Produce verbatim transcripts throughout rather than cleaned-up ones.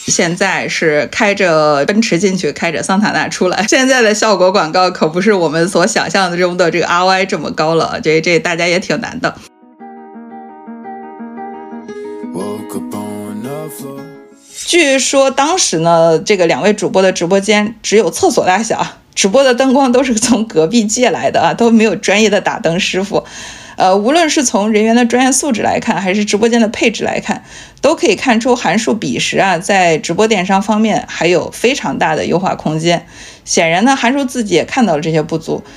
现在是开着奔驰进去，开着桑塔纳出来。现在的效果广告可不是我们所想象中的这个 R O I 这么高了，这这大家也挺难的。据说当时呢，这个两位主播的直播间只有厕所大小，直播的灯光都是从隔壁借来的啊，都没有专业的打灯师傅。呃，无论是从人员的专业素质来看，还是直播间的配置来看，都可以看出韩束彼时啊，在直播电商方面还有非常大的优化空间。显然呢，韩束自己也看到了这些不足。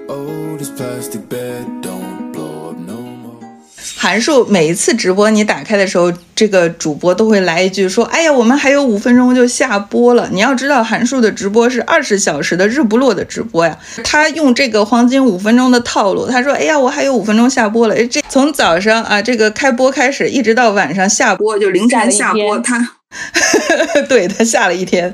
韩束每一次直播你打开的时候，这个主播都会来一句说，哎呀，我们还有五分钟就下播了。你要知道，韩束的直播是二十小时的日不落的直播呀，他用这个黄金五分钟的套路，他说，哎呀，我还有五分钟下播了。这从早上啊这个开播开始，一直到晚上下播，就凌晨下播，他对，他下了一天。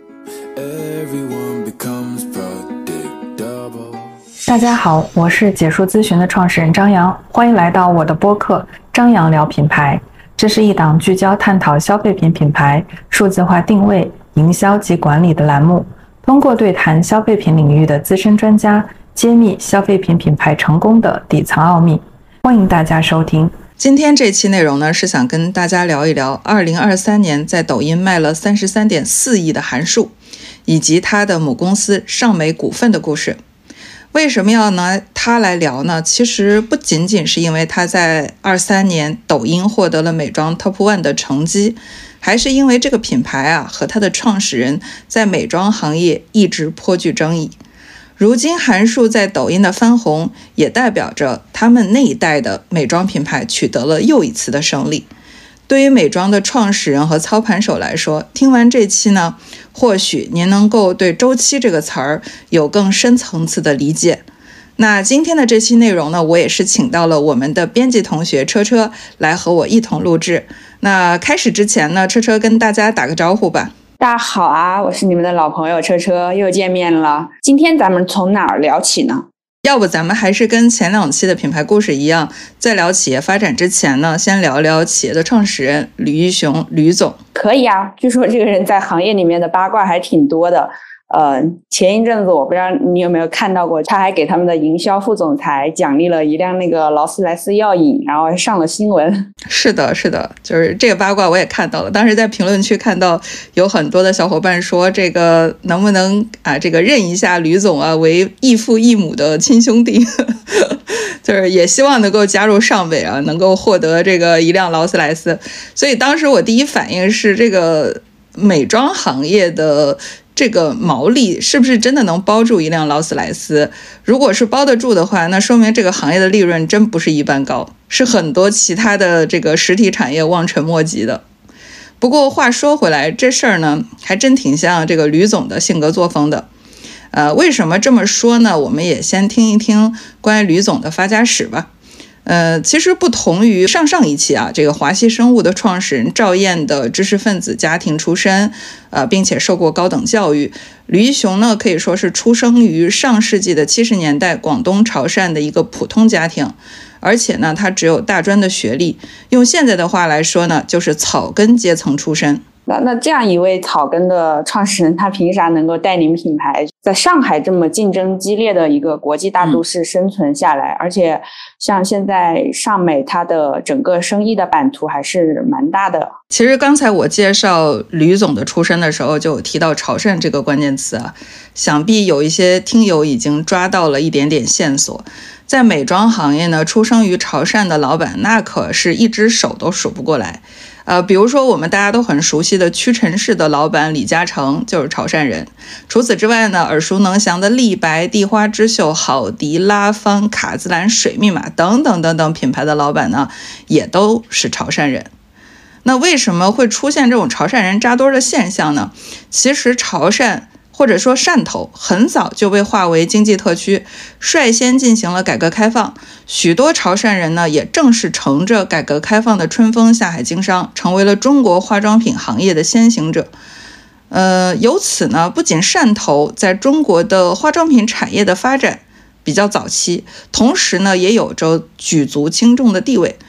大家好，我是解说咨询的创始人张扬，欢迎来到我的播客张扬聊品牌。这是一档聚焦探讨消费品品牌、数字化定位、营销及管理的栏目，通过对谈消费品领域的资深专家，揭秘消费品品牌成功的底层奥秘。欢迎大家收听。 今天这期内容呢，是想跟大家聊一聊二零二三年在抖音卖了 三十三点四亿的韩束，以及他的母公司尚美股份的故事。为什么要拿它来聊呢？其实不仅仅是因为它在二三年抖音获得了美妆 Top One 的成绩，还是因为这个品牌啊和它的创始人在美妆行业一直颇具争议。如今韩束在抖音的翻红，也代表着他们那一代的美妆品牌取得了又一次的胜利。对于美妆的创始人和操盘手来说，听完这期呢，或许您能够对周期这个词儿有更深层次的理解。那今天的这期内容呢，我也是请到了我们的编辑同学车车来和我一同录制。那开始之前呢，车车跟大家打个招呼吧。 大家好啊，我是你们的老朋友车车，又见面了。今天咱们从哪儿聊起呢？ 要不咱们还是跟前两期的品牌故事一样，在聊企业发展之前呢，先聊聊企业的创始人吕玉雄吕总。 可以啊，据说这个人在行业里面的八卦还挺多的。呃，前一阵子我不知道你有没有看到过，他还给他们的营销副总裁奖励了一辆那个劳斯莱斯药饮，然后上了新闻。 是的，是的，就是这个八卦我也看到了。当时在评论区看到有很多的小伙伴说，这个能不能啊，这个认一下吕总啊为异父异母的亲兄弟，就是也希望能够加入尚美啊，能够获得这个一辆劳斯莱斯。所以当时我第一反应是，这个美妆行业的这个毛利是不是真的能包住一辆劳斯莱斯？如果是包得住的话，那说明这个行业的利润真不是一般高，是很多其他的这个实体产业望尘莫及的。不过话说回来，这事儿呢还真挺像这个吕总的性格作风的。呃，为什么这么说呢？我们也先听一听关于吕总的发家史吧。呃，其实不同于上上一期啊，这个华西生物的创始人赵燕的知识分子家庭出身，呃，并且受过高等教育，吕玉雄呢可以说是出生于上世纪的七十年代广东潮汕的一个普通家庭，而且呢，他只有大专的学历，用现在的话来说呢，就是草根阶层出身。 那那这样一位草根的创始人，他凭啥能够带领品牌在上海这么竞争激烈的一个国际大都市生存下来？嗯、而且像现在尚美，它的整个生意的版图还是蛮大的。 其实刚才我介绍吕总的出身的时候，就有提到潮汕这个关键词啊，想必有一些听友已经抓到了一点点线索。在美妆行业呢，出生于潮汕的老板，那可是一只手都数不过来。呃，比如说我们大家都很熟悉的屈臣氏的老板李嘉诚就是潮汕人。除此之外呢，耳熟能详的立白、地花之秀、好迪、拉芳、卡姿兰、水密码等等等等品牌的老板呢，也都是潮汕人。那为什么会出现这种潮汕人扎堆的现象呢？其实潮汕或者说汕头很早就被划为经济特区，率先进行了改革开放。许多潮汕人呢，也正是乘着改革开放的春风下海经商，成为了中国化妆品行业的先行者。呃，由此呢，不仅汕头在中国的化妆品产业的发展比较早期，同时呢，也有着举足轻重的地位。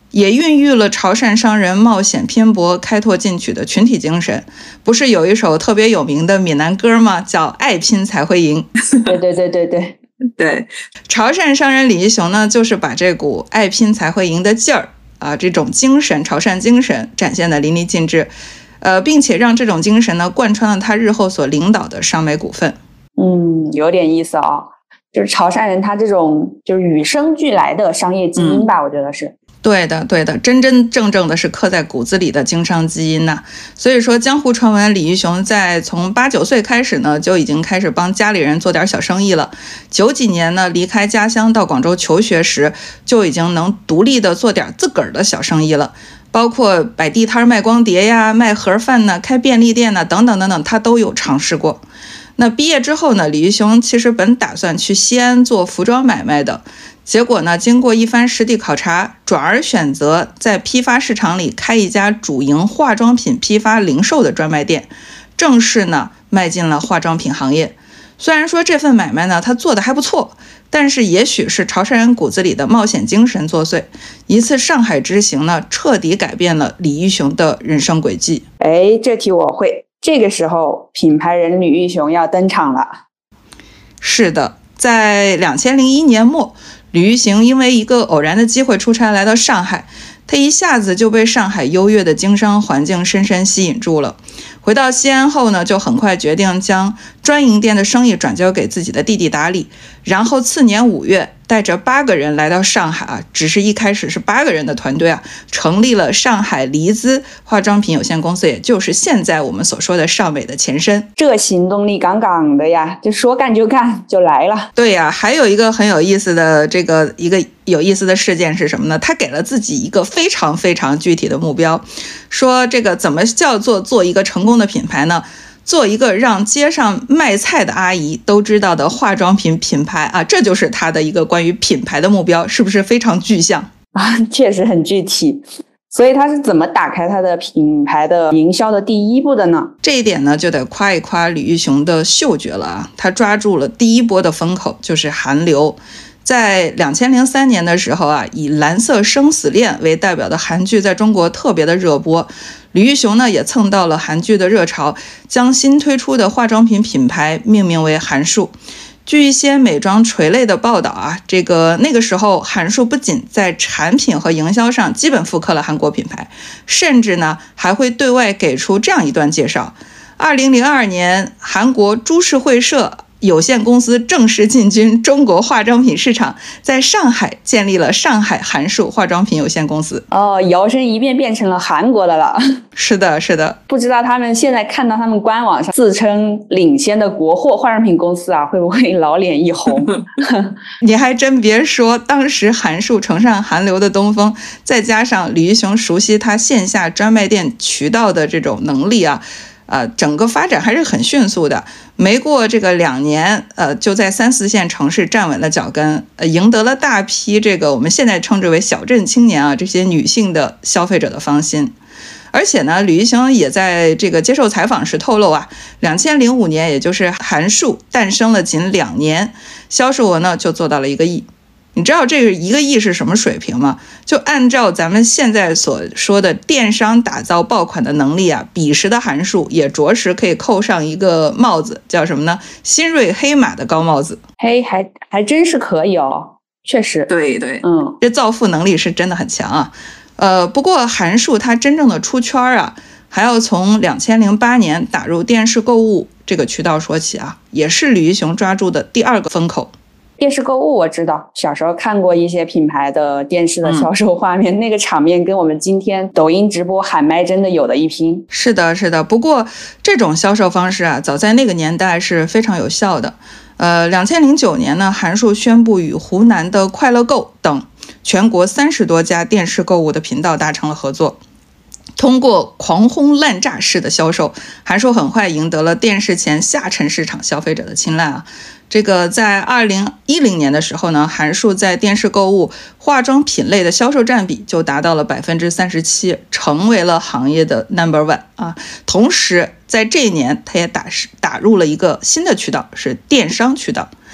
也孕育了潮汕商人冒险拼搏、开拓进取的群体精神。不是有一首特别有名的闽南歌吗？叫《爱拼才会赢》。 对对对对对对，潮汕商人李义雄呢，就是把这股爱拼才会赢的劲儿啊，这种精神，潮汕精神展现得淋漓尽致，呃，并且让这种精神呢贯穿了他日后所领导的商美股份。 嗯，有点意思啊、哦，就是潮汕人他这种就是与生俱来的商业基因吧，嗯、我觉得是。 对的，对的，真真正正的是刻在骨子里的经商基因呐、啊。所以说，江湖传闻李义雄在从八九岁开始呢，就已经开始帮家里人做点小生意了。九几年呢，离开家乡到广州求学时，就已经能独立的做点自个儿的小生意了，包括摆地摊卖光碟呀、卖盒饭呢、开便利店呢等等等等，他都有尝试过。那毕业之后呢，李义雄其实本打算去西安做服装买卖的。结果呢，经过一番实地考察，转而选择在批发市场里开一家主营化妆品批发零售的专卖店，正式呢迈进了化妆品行业。虽然说这份买卖呢他做的还不错，但是也许是潮汕人骨子里的冒险精神作祟，一次上海之行呢彻底改变了李义雄的人生轨迹。 哎，这题我会。这个时候品牌人李义雄要登场了。 是的，在两千零一年末，李义雄因为一个偶然的机会出差来到上海，他一下子就被上海优越的经商环境深深吸引住了。回到西安后呢，就很快决定将专营店的生意转交给自己的弟弟打理，然后次年五月带着八个人来到上海啊，只是一开始是八个人的团队啊，成立了上海黎姿化妆品有限公司，也就是现在我们所说的尚美的前身。 这行动力杠杠的呀，就说干就干就来了。 对呀，还有一个很有意思的这个一个有意思的事件是什么呢？他给了自己一个非常非常具体的目标，说这个怎么叫做做一个成功的品牌呢？做一个让街上卖菜的阿姨都知道的化妆品品牌啊，这就是他的一个关于品牌的目标，是不是非常具象啊？确实很具体。所以他是怎么打开他的品牌的营销的第一步的呢？ 这一点呢，就得夸一夸李义雄的嗅觉了啊！他抓住了第一波的风口，就是韩流。在两千零三年的时候啊，以《蓝色生死恋》为代表的韩剧在中国特别的热播，李义雄呢也蹭到了韩剧的热潮，将新推出的化妆品品牌命名为韩束。据一些美妆垂类的报道啊，这个那个时候韩束不仅在产品和营销上基本复刻了韩国品牌，甚至呢还会对外给出这样一段介绍：二零零二年，韩国株式会社有限公司正式进军中国化妆品市场，在上海建立了上海韩束化妆品有限公司。 哦，摇身一变变成了韩国的了。 是的，是的。 不知道他们现在看到他们官网上自称领先的国货化妆品公司啊，会不会老脸一红？ 你还真别说，当时韩束乘上韩流的东风，再加上李义雄熟悉他线下专卖店渠道的这种能力啊。呃，整个发展还是很迅速的，没过这个两年，呃，就在三四线城市站稳了脚跟，呃，赢得了大批这个我们现在称之为小镇青年啊，这些女性的消费者的芳心。而且呢，李义雄也在这个接受采访时透露啊，两千零五年，也就是韩束诞生了仅两年，销售额呢就做到了一个亿。你知道这个一个亿是什么水平吗？就按照咱们现在所说的电商打造爆款的能力啊，彼时的韩束也着实可以扣上一个帽子，叫什么呢？新锐黑马的高帽子。 嘿，还还真是可以哦，确实。 对对， 嗯， 这造富能力是真的很强啊。呃，不过韩束它真正的出圈啊，还要从两千零八年打入电视购物这个渠道说起啊，也是李义雄抓住的第二个风口。 电视购物我知道，小时候看过一些品牌的电视的销售画面、嗯、那个场面跟我们今天抖音直播喊麦真的有的一拼。 是的是的，不过这种销售方式啊，早在那个年代是非常有效的。呃，两千零九年呢，韩束宣布与湖南的快乐购等全国三十多家电视购物的频道达成了合作。通过狂轰滥炸式的销售，韩束很快赢得了电视前下沉市场消费者的青睐啊。这个在二零一零年的时候呢，韩束在电视购物化妆品类的销售占比就达到了百分之三十七，成为了行业的 number one 啊。同时，在这一年，它也打打入了一个新的渠道，是电商渠道。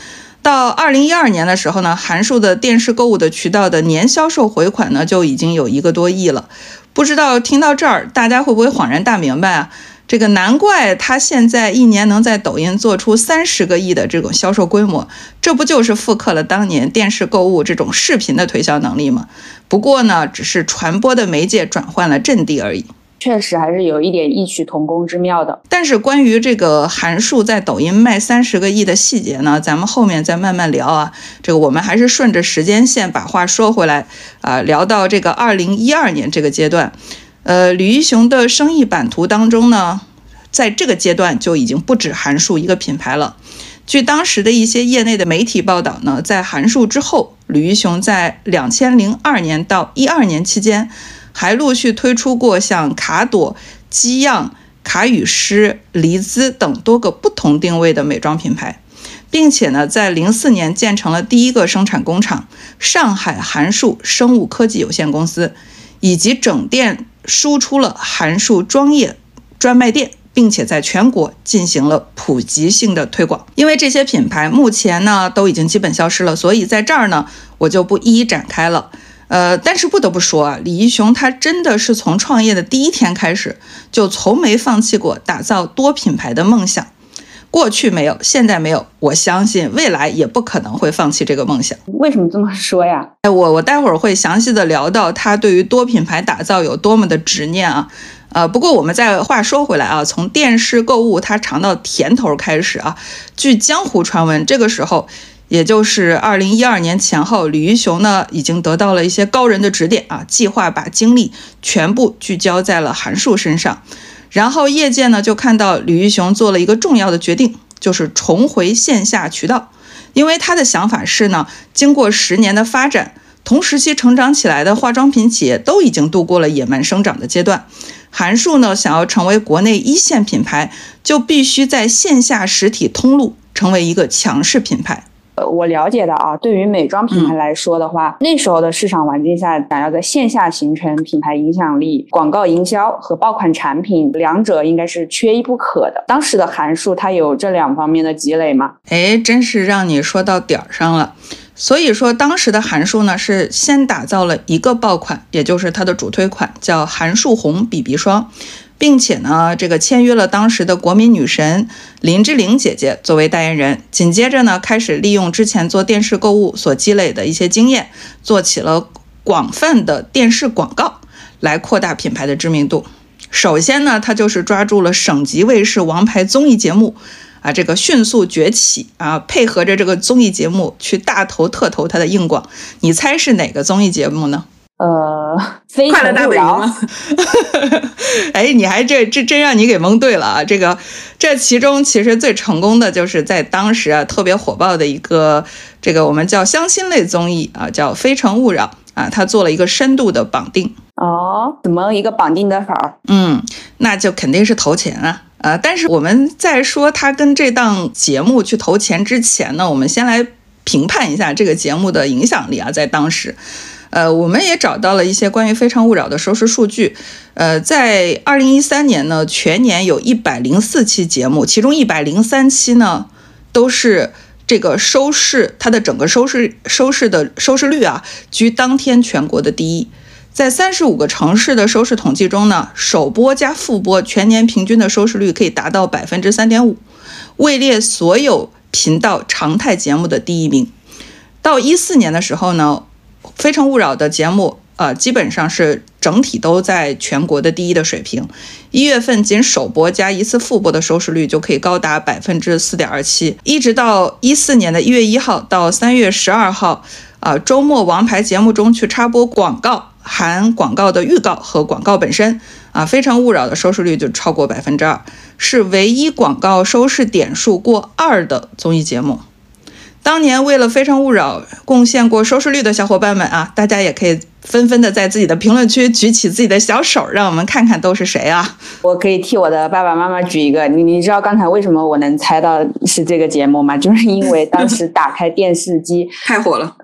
到二零一二年的时候呢，韩束的电视购物的渠道的年销售回款呢就已经有一个多亿了。不知道听到这儿大家会不会恍然大明白啊？这个难怪他现在一年能在抖音做出三十个亿的这种销售规模，这不就是复刻了当年电视购物这种视频的推销能力吗？不过呢，只是传播的媒介转换了阵地而已。 确实还是有一点异曲同工之妙的。 但是关于这个韩束在抖音卖三十个亿的细节呢，咱们后面再慢慢聊啊。这个我们还是顺着时间线把话说回来啊，聊到这个二零一二年这个阶段，呃，吕一雄的生意版图当中呢，在这个阶段就已经不止韩束一个品牌了。据当时的一些业内的媒体报道呢，在韩束之后，吕一雄在两千零二年到一二年期间，还陆续推出过像卡朵、基漾、卡语诗、黎姿等多个不同定位的美妆品牌，并且呢，在零四年建成了第一个生产工厂——上海韩束生物科技有限公司，以及整店输出了韩束妆业专卖店，并且在全国进行了普及性的推广。因为这些品牌目前呢都已经基本消失了，所以在这儿呢我就不一一展开了。呃，但是不得不说啊，李一雄他真的是从创业的第一天开始，就从没放弃过打造多品牌的梦想。过去没有，现在没有，我相信未来也不可能会放弃这个梦想。 为什么这么说呀？ 哎，我我待会儿会详细的聊到他对于多品牌打造有多么的执念啊。呃，不过我们再话说回来啊，从电视购物他尝到甜头开始啊，据江湖传闻，这个时候也就是二零一二年前后，吕一雄呢已经得到了一些高人的指点啊，计划把精力全部聚焦在了韩束身上。然后业界呢就看到吕一雄做了一个重要的决定，就是重回线下渠道。因为他的想法是呢，经过十年的发展，同时期成长起来的化妆品企业都已经度过了野蛮生长的阶段，韩束呢想要成为国内一线品牌，就必须在线下实体通路成为一个强势品牌。 呃，我了解的啊，对于美妆品牌来说的话，嗯、那时候的市场环境下，想要在线下形成品牌影响力，广告营销和爆款产品两者应该是缺一不可的。当时的韩束它有这两方面的积累吗？ 哎，真是让你说到点儿上了。所以说当时的韩束呢是先打造了一个爆款，也就是它的主推款，叫韩束红 B B 霜，并且呢这个签约了当时的国民女神林志玲姐姐作为代言人。紧接着呢开始利用之前做电视购物所积累的一些经验，做起了广泛的电视广告来扩大品牌的知名度。首先呢它就是抓住了省级卫视王牌综艺节目啊，这个迅速崛起啊，配合着这个综艺节目去大投特投它的硬广。你猜是哪个综艺节目呢？ 呃，非快乐大本营吗？哎，你还这这真让你给蒙对了啊！这个这其中其实最成功的就是在当时啊特别火爆的一个这个我们叫相亲类综艺啊，叫《非诚勿扰》啊，它做了一个深度的绑定。 哦，怎么一个绑定的法？ 嗯，那就肯定是投钱啊。呃，但是我们在说他跟这档节目去投钱之前呢，我们先来评判一下这个节目的影响力啊，在当时。呃，我们也找到了一些关于《非诚勿扰》的收视数据。呃，在二零一三年呢，全年有一百零四期节目，其中一百零三期呢都是这个收视，它的整个收视收视的收视率啊，居当天全国的第一。在三十五个城市的收视统计中呢，首播加复播全年平均的收视率可以达到 百分之三点五， 位列所有频道常态节目的第一名。到一四年的时候呢，非诚勿扰的节目呃，基本上是整体都在全国的第一的水平。一月份仅首播加一次复播的收视率就可以高达 百分之四点二七， 一直到一四年的一月一号到三月十二号呃，周末王牌节目中去插播广告，含广告的预告和广告本身啊，非诚勿扰的收视率就超过 百分之二， 是唯一广告收视点数过二的综艺节目。当年为了非诚勿扰贡献过收视率的小伙伴们啊，大家也可以纷纷的在自己的评论区举起自己的小手，让我们看看都是谁啊。 我可以替我的爸爸妈妈举一个，你你知道刚才为什么我能猜到是这个节目吗？就是因为当时打开电视机太火了，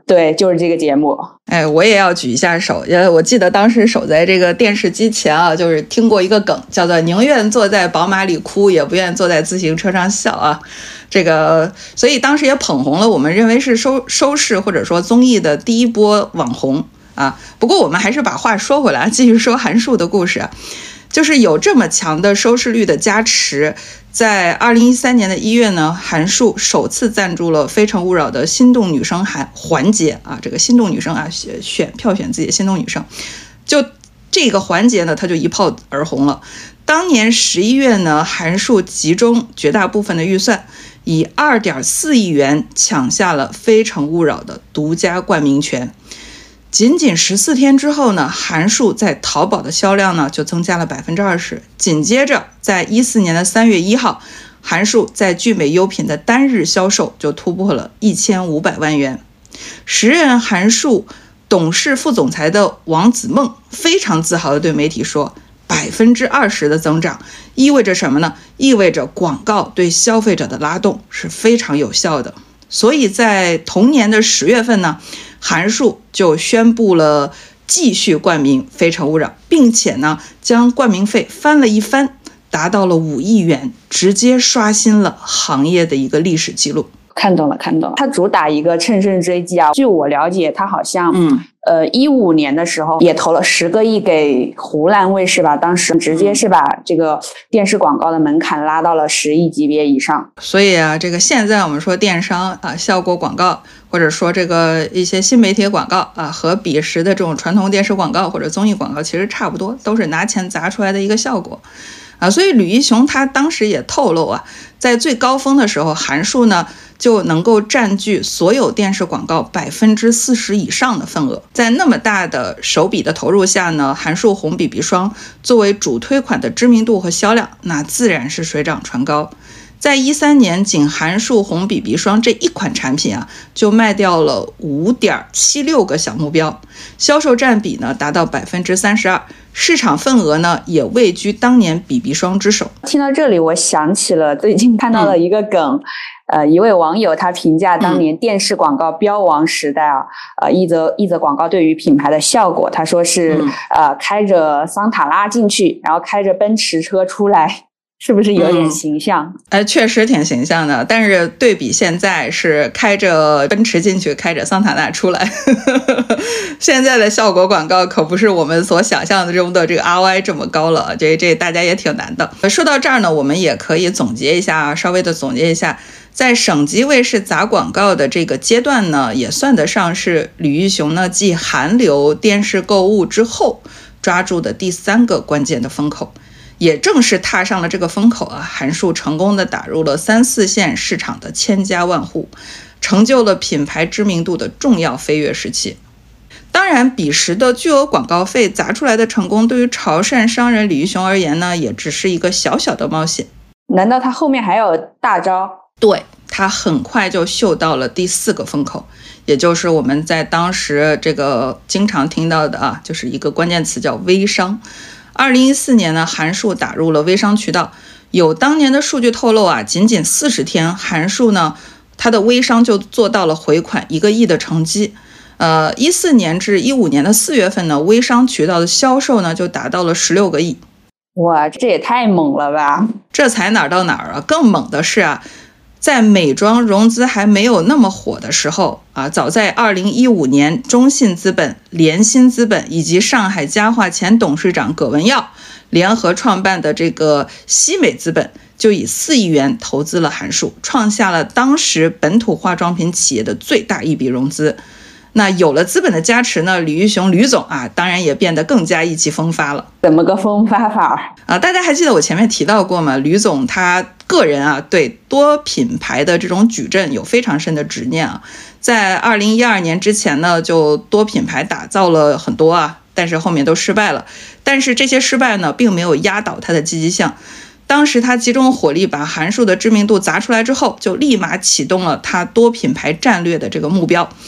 对，就是这个节目。 哎，我也要举一下手，因为我记得当时守在这个电视机前啊，就是听过一个梗，叫做宁愿坐在宝马里哭，也不愿坐在自行车上笑啊。这个，所以当时也捧红了我们认为是收收视或者说综艺的第一波网红啊。不过我们还是把话说回来，继续说韩束的故事啊。就是有这么强的收视率的加持，在二零一三年的一月呢，韩束首次赞助了《非诚勿扰》的心动女生环环节啊，这个心动女生啊，选票选自己的心动女生，就这个环节呢，她就一炮而红了。当年十一月呢，韩束集中绝大部分的预算，以二点四亿元抢下了《非诚勿扰》的独家冠名权。仅仅十四天之后呢，韩束在淘宝的销量呢就增加了百分之二十。紧接着，在一四年的三月一号，韩束在聚美优品的单日销售就突破了一千五百万元。时任韩束董事副总裁的王子梦非常自豪地对媒体说：“百分之二十的增长意味着什么呢？意味着广告对消费者的拉动是非常有效的。”所以在同年的十月份呢，韩束就宣布了继续冠名《非诚勿扰》，并且呢将冠名费翻了一番，达到了五亿元，直接刷新了行业的一个历史记录。 看懂了，看懂了。它主打一个乘胜追击啊！据我了解，它好像嗯呃一五年的时候也投了十个亿给湖南卫视吧，当时直接是把这个电视广告的门槛拉到了十亿级别以上。 所以啊，这个现在我们说电商啊，效果广告，或者说这个一些新媒体广告啊，和彼时的这种传统电视广告或者综艺广告其实差不多，都是拿钱砸出来的一个效果。啊，所以吕一雄他当时也透露啊，在最高峰的时候，韩束呢就能够占据所有电视广告百分之四十以上的份额。在那么大的手笔的投入下呢，韩束红 B B 霜作为主推款的知名度和销量，那自然是水涨船高。在一三年，仅韩束红 B B 霜这一款产品啊，就卖掉了 五点七六个小目标，销售占比呢达到百分之三十二，市场份额呢也位居当年 B B 霜之首。 听到这里，我想起了最近看到了一个梗。嗯呃，一位网友他评价当年电视广告标王时代啊，呃，一则一则广告对于品牌的效果，他说是、嗯、呃开着桑塔纳进去，然后开着奔驰车出来，是不是有点形象？ 哎、嗯呃，确实挺形象的。但是对比现在是开着奔驰进去，开着桑塔纳出来，现在的效果广告可不是我们所想象的中的这个 R O I 这么高了，这这大家也挺难的。说到这儿呢，我们也可以总结一下，稍微的总结一下。在省级卫视砸广告的这个阶段呢，也算得上是吕一雄呢继韩流电视购物之后抓住的第三个关键的风口。也正是踏上了这个风口啊，韩束成功的打入了三四线市场的千家万户，成就了品牌知名度的重要飞跃时期。当然，彼时的巨额广告费砸出来的成功，对于潮汕商人吕一雄而言呢，也只是一个小小的冒险。 难道他后面还有大招？ 对，他很快就嗅到了第四个风口，也就是我们在当时这个经常听到的啊，就是一个关键词叫微商。二零一四年呢，韩束打入了微商渠道，有当年的数据透露啊，仅仅四十天，韩束呢，它的微商就做到了回款一个亿的成绩。呃，一四年至一五年的四月份呢，微商渠道的销售呢就达到了十六个亿。 哇，这也太猛了吧！ 这才哪儿到哪儿啊？更猛的是啊，在美妆融资还没有那么火的时候啊，早在二零一五年，中信资本、联鑫资本以及上海家化前董事长葛文耀联合创办的这个西美资本，就以四亿元投资了韩束，创下了当时本土化妆品企业的最大一笔融资。那有了资本的加持呢，吕一雄吕总啊，当然也变得更加意气风发了。 怎么个风发法啊？大家还记得我前面提到过吗？吕总他个人啊，对多品牌的这种矩阵有非常深的执念啊。在二零一二年之前呢，就多品牌打造了很多啊，但是后面都失败了。但是这些失败呢，并没有压倒他的积极性。当时他集中火力把韩束的知名度砸出来之后，就立马启动了他多品牌战略的这个目标。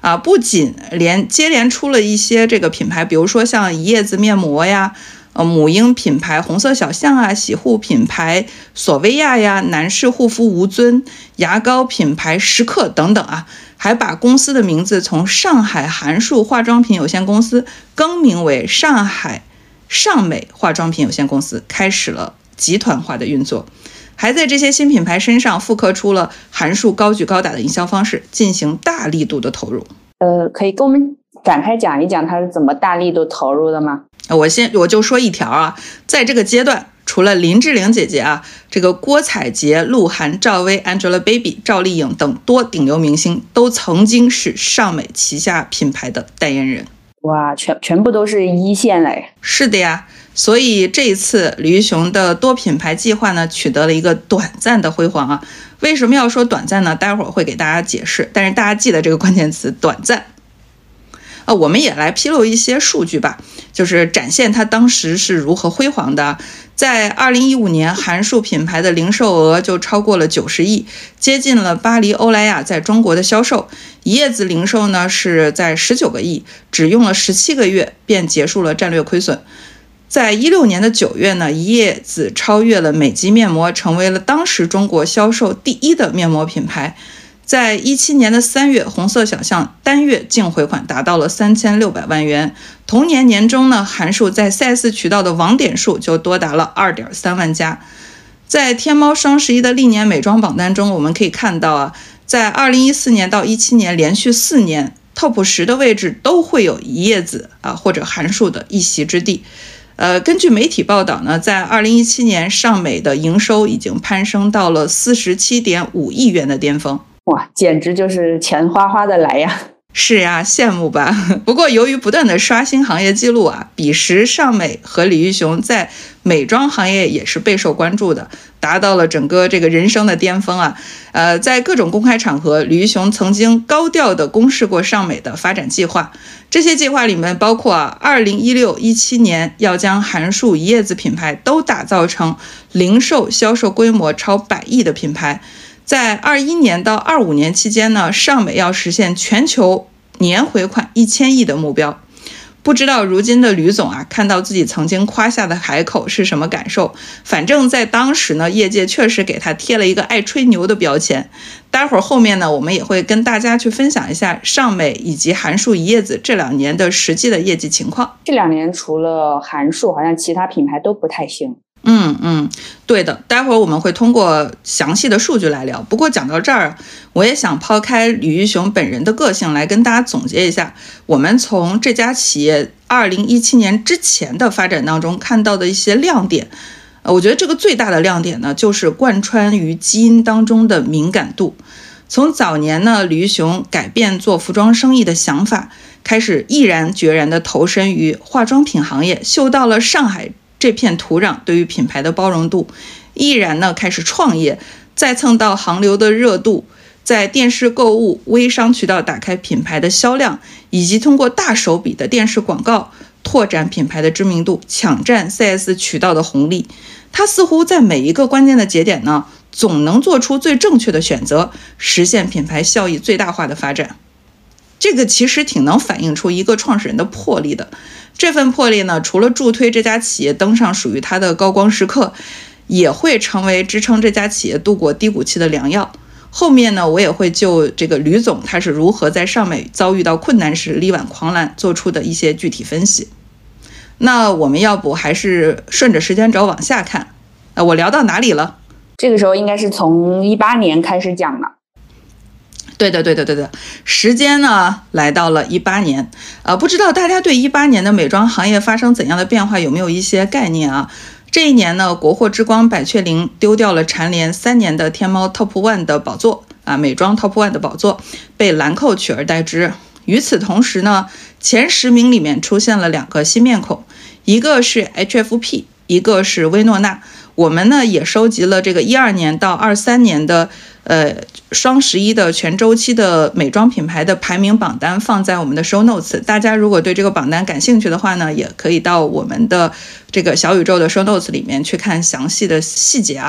啊，不仅连接连出了一些这个品牌，比如说像一叶子面膜呀，呃，母婴品牌红色小象啊，洗护品牌索薇娅呀，男士护肤吴尊，牙膏品牌时刻等等啊，还把公司的名字从上海韩束化妆品有限公司更名为上海尚美化妆品有限公司，开始了集团化的运作，还在这些新品牌身上复刻出了韩束高举高打的营销方式，进行大力度的投入。 呃，可以跟我们展开讲一讲它是怎么大力度投入的吗？ 我先我就说一条啊，在这个阶段，除了林志玲姐姐啊，这个郭采洁、鹿晗、赵薇、Angelababy、赵丽颖等多顶流明星都曾经是尚美旗下品牌的代言人。 哇，全全部都是一线嘞。 是的呀，所以这一次李玉雄的多品牌计划呢，取得了一个短暂的辉煌啊。为什么要说短暂呢？待会儿会给大家解释，但是大家记得这个关键词短暂。呃，我们也来披露一些数据吧，就是展现它当时是如何辉煌的。在二零一五年，韩束品牌的零售额就超过了九十亿，接近了巴黎欧莱雅在中国的销售。一叶子零售呢是在十九个亿，只用了十七个月便结束了战略亏损。在一六年的九月呢，一叶子超越了美极面膜，成为了当时中国销售第一的面膜品牌。在一七年的三月，红色小象单月净回款达到了三千六百万元。同年年中呢，韩束在 四 S 渠道的网点数就多达了 二点三万家。在天猫双十一的历年美妆榜单中，我们可以看到啊，在二零一四年到一七年连续四年 top 十的位置都会有一叶子啊或者韩束的一席之地。呃，根据媒体报道呢，在二零一七年尚美的营收已经攀升到了 四十七点五亿元的巅峰。 哇，简直就是钱哗哗的来呀！ 是呀，羡慕吧？不过由于不断的刷新行业记录啊，彼时尚美和李玉雄在美妆行业也是备受关注的，达到了整个这个人生的巅峰啊。呃，在各种公开场合，李玉雄曾经高调的公示过尚美的发展计划。这些计划里面包括啊，二零一六、一七年要将韩束、一叶子品牌都打造成零售销售规模超百亿的品牌。在二一年到二五年期间呢，尚美要实现全球年回款一千亿的目标。不知道如今的吕总啊，看到自己曾经夸下的海口是什么感受？反正在当时呢，业界确实给他贴了一个爱吹牛的标签。待会儿后面呢，我们也会跟大家去分享一下尚美以及韩束、一叶子这两年的实际的业绩情况。 这两年除了韩束，好像其他品牌都不太行。 嗯嗯，对的，待会儿我们会通过详细的数据来聊。不过讲到这儿，我也想抛开李玉雄本人的个性来跟大家总结一下，我们从这家企业二零一七年之前的发展当中看到的一些亮点。呃，我觉得这个最大的亮点呢，就是贯穿于基因当中的敏感度。从早年呢，李玉雄改变做服装生意的想法，开始毅然决然地投身于化妆品行业，嗅到了上海这片土壤对于品牌的包容度，毅然呢开始创业，再蹭到航流的热度，在电视购物、微商渠道打开品牌的销量，以及通过大手笔的电视广告拓展品牌的知名度，抢占 四 S 渠道的红利。他似乎在每一个关键的节点呢，总能做出最正确的选择，实现品牌效益最大化的发展。这个其实挺能反映出一个创始人的魄力的。这份魄力呢，除了助推这家企业登上属于它的高光时刻，也会成为支撑这家企业度过低谷期的良药。后面呢，我也会就这个吕总他是如何在尚美遭遇到困难时力挽狂澜做出的一些具体分析。那我们要不还是顺着时间轴往下看，呃，我聊到哪里了？ 这个时候应该是从一八年开始讲的。 对的对的对的，时间呢来到了一八年，呃，不知道大家对一八年的美妆行业发生怎样的变化有没有一些概念啊？这一年呢，国货之光百雀羚丢掉了蝉联三年的天猫 Top One 的宝座啊，美妆 Top One 的宝座被兰蔻取而代之。与此同时呢，前十名里面出现了两个新面孔，一个是 H F P， 一个是薇诺娜。我们呢也收集了这个一二年到二三年的呃双十一的全周期的美妆品牌的排名榜单，放在我们的 show notes。大家如果对这个榜单感兴趣的话呢，也可以到我们的这个小宇宙的 show notes 里面去看详细的细节啊。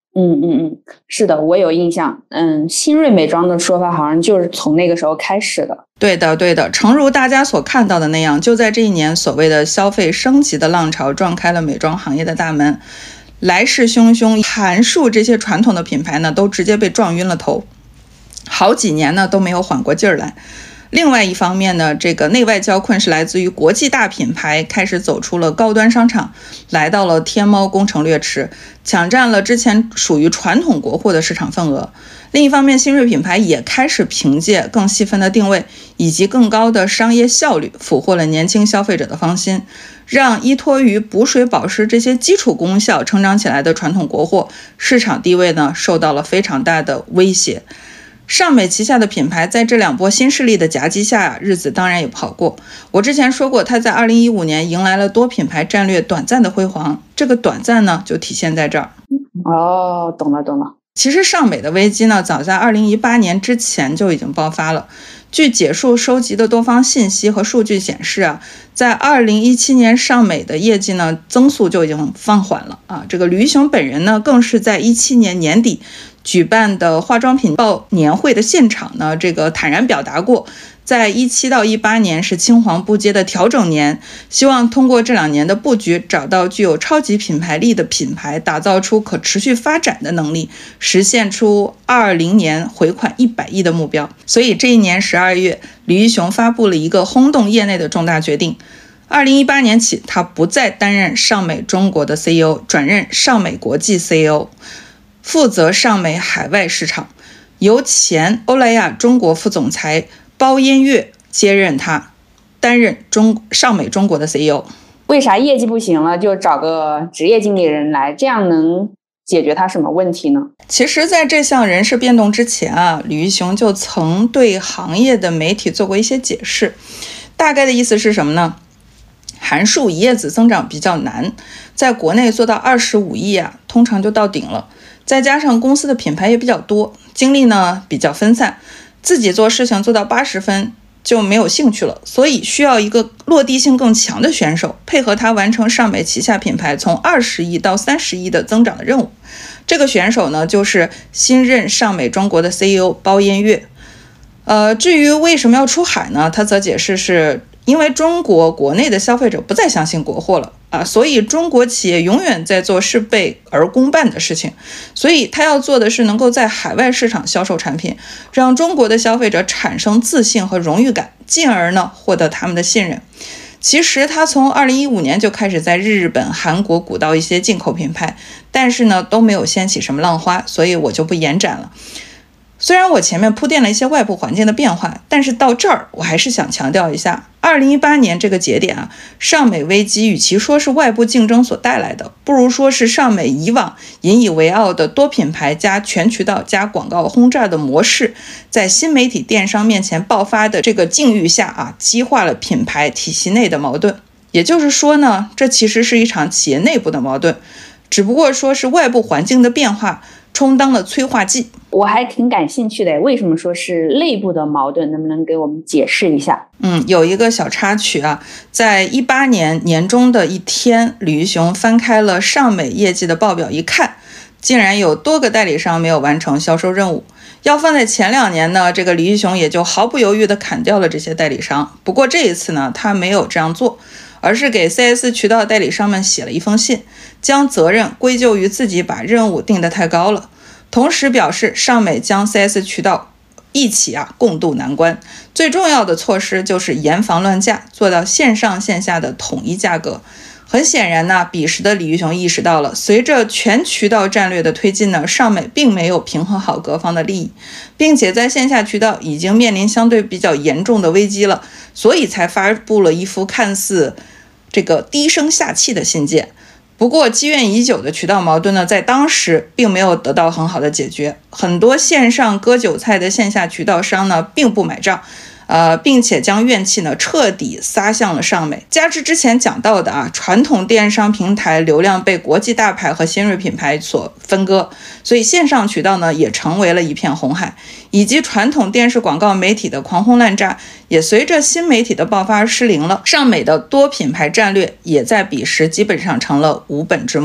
嗯嗯嗯，是的，我有印象。嗯，新锐美妆的说法好像就是从那个时候开始的。 对的，对的，诚如大家所看到的那样，就在这一年，所谓的消费升级的浪潮撞开了美妆行业的大门，来势汹汹，韩束这些传统的品牌呢，都直接被撞晕了头，好几年呢都没有缓过劲儿来。另外一方面呢，这个内外交困是来自于国际大品牌开始走出了高端商场，来到了天猫攻城略池，抢占了之前属于传统国货的市场份额。另一方面，新锐品牌也开始凭借更细分的定位以及更高的商业效率，俘获了年轻消费者的芳心，让依托于补水保湿这些基础功效成长起来的传统国货市场地位呢，受到了非常大的威胁。尚美旗下的品牌在这两波新势力的夹击下，日子当然也不好过。我之前说过，它在二零一五年迎来了多品牌战略短暂的辉煌，这个短暂呢，就体现在这儿。 哦，懂了懂了。 其实尚美的危机呢，早在二零一八年之前就已经爆发了。据解数收集的多方信息和数据显示啊，在二零一七年尚美的业绩呢增速就已经放缓了啊。这个吕玉雄本人呢，更是在一七年年底举办的化妆品报年会的现场呢，这个坦然表达过，在一七到一八年是青黄不接的调整年，希望通过这两年的布局，找到具有超级品牌力的品牌，打造出可持续发展的能力，实现出二零年回款一百亿的目标。所以这一年十二月，李玉雄发布了一个轰动业内的重大决定。二零一八年起，他不再担任尚美中国的 C E O， 转任尚美国际 C E O， 负责尚美海外市场，由前欧莱雅中国副总裁包嫣月接任他，担任中尚美中国的 C E O。 为啥业绩不行了就找个职业经理人来，这样能解决他什么问题呢？ 其实在这项人事变动之前啊，李玉雄就曾对行业的媒体做过一些解释，大概的意思是什么呢？韩束一叶子增长比较难，在国内做到二十五亿啊，通常就到顶了，再加上公司的品牌也比较多，精力呢比较分散，自己做事情做到八十分就没有兴趣了，所以需要一个落地性更强的选手，配合他完成尚美旗下品牌从二十亿到三十亿的增长的任务。这个选手呢，就是新任尚美中国的 C E O 包嫣月。呃，至于为什么要出海呢？他则解释是因为中国国内的消费者不再相信国货了啊，所以中国企业永远在做事倍而功半的事情，所以他要做的是能够在海外市场销售产品，让中国的消费者产生自信和荣誉感，进而呢获得他们的信任。其实他从二零一五年就开始在日本、韩国鼓捣一些进口品牌，但是呢都没有掀起什么浪花，所以我就不延展了。虽然我前面铺垫了一些外部环境的变化，但是到这儿我还是想强调一下，二零一八年这个节点啊，尚美危机与其说是外部竞争所带来的，不如说是尚美以往引以为傲的多品牌加全渠道加广告轰炸的模式，在新媒体电商面前爆发的这个境遇下啊，激化了品牌体系内的矛盾。也就是说呢，这其实是一场企业内部的矛盾，只不过说是外部环境的变化充当了催化剂。 我还挺感兴趣的，为什么说是内部的矛盾？能不能给我们解释一下？ 嗯，有一个小插曲啊，在一八年年中的一天，李玉雄翻开了尚美业绩的报表一看，竟然有多个代理商没有完成销售任务。要放在前两年呢，这个李玉雄也就毫不犹豫地砍掉了这些代理商。不过这一次呢，他没有这样做，而是给 C S 渠道代理商们写了一封信，将责任归咎于自己把任务定得太高了。同时表示尚美将 C S 渠道一起啊共度难关，最重要的措施就是严防乱价，做到线上线下的统一价格。很显然呢，彼时的李玉雄意识到了，随着全渠道战略的推进呢，尚美并没有平衡好各方的利益，并且在线下渠道已经面临相对比较严重的危机了，所以才发布了一幅看似这个低声下气的信件。不过积怨已久的渠道矛盾呢，在当时并没有得到很好的解决，很多线上割韭菜的线下渠道商呢，并不买账，呃，并且将怨气呢彻底撒向了尚美。加之之前讲到的啊，传统电商平台流量被国际大牌和新锐品牌所分割，所以线上渠道呢也成为了一片红海，以及传统电视广告媒体的狂轰滥炸，也随着新媒体的爆发而失灵了。尚美的多品牌战略也在彼时基本上成了无本之木了。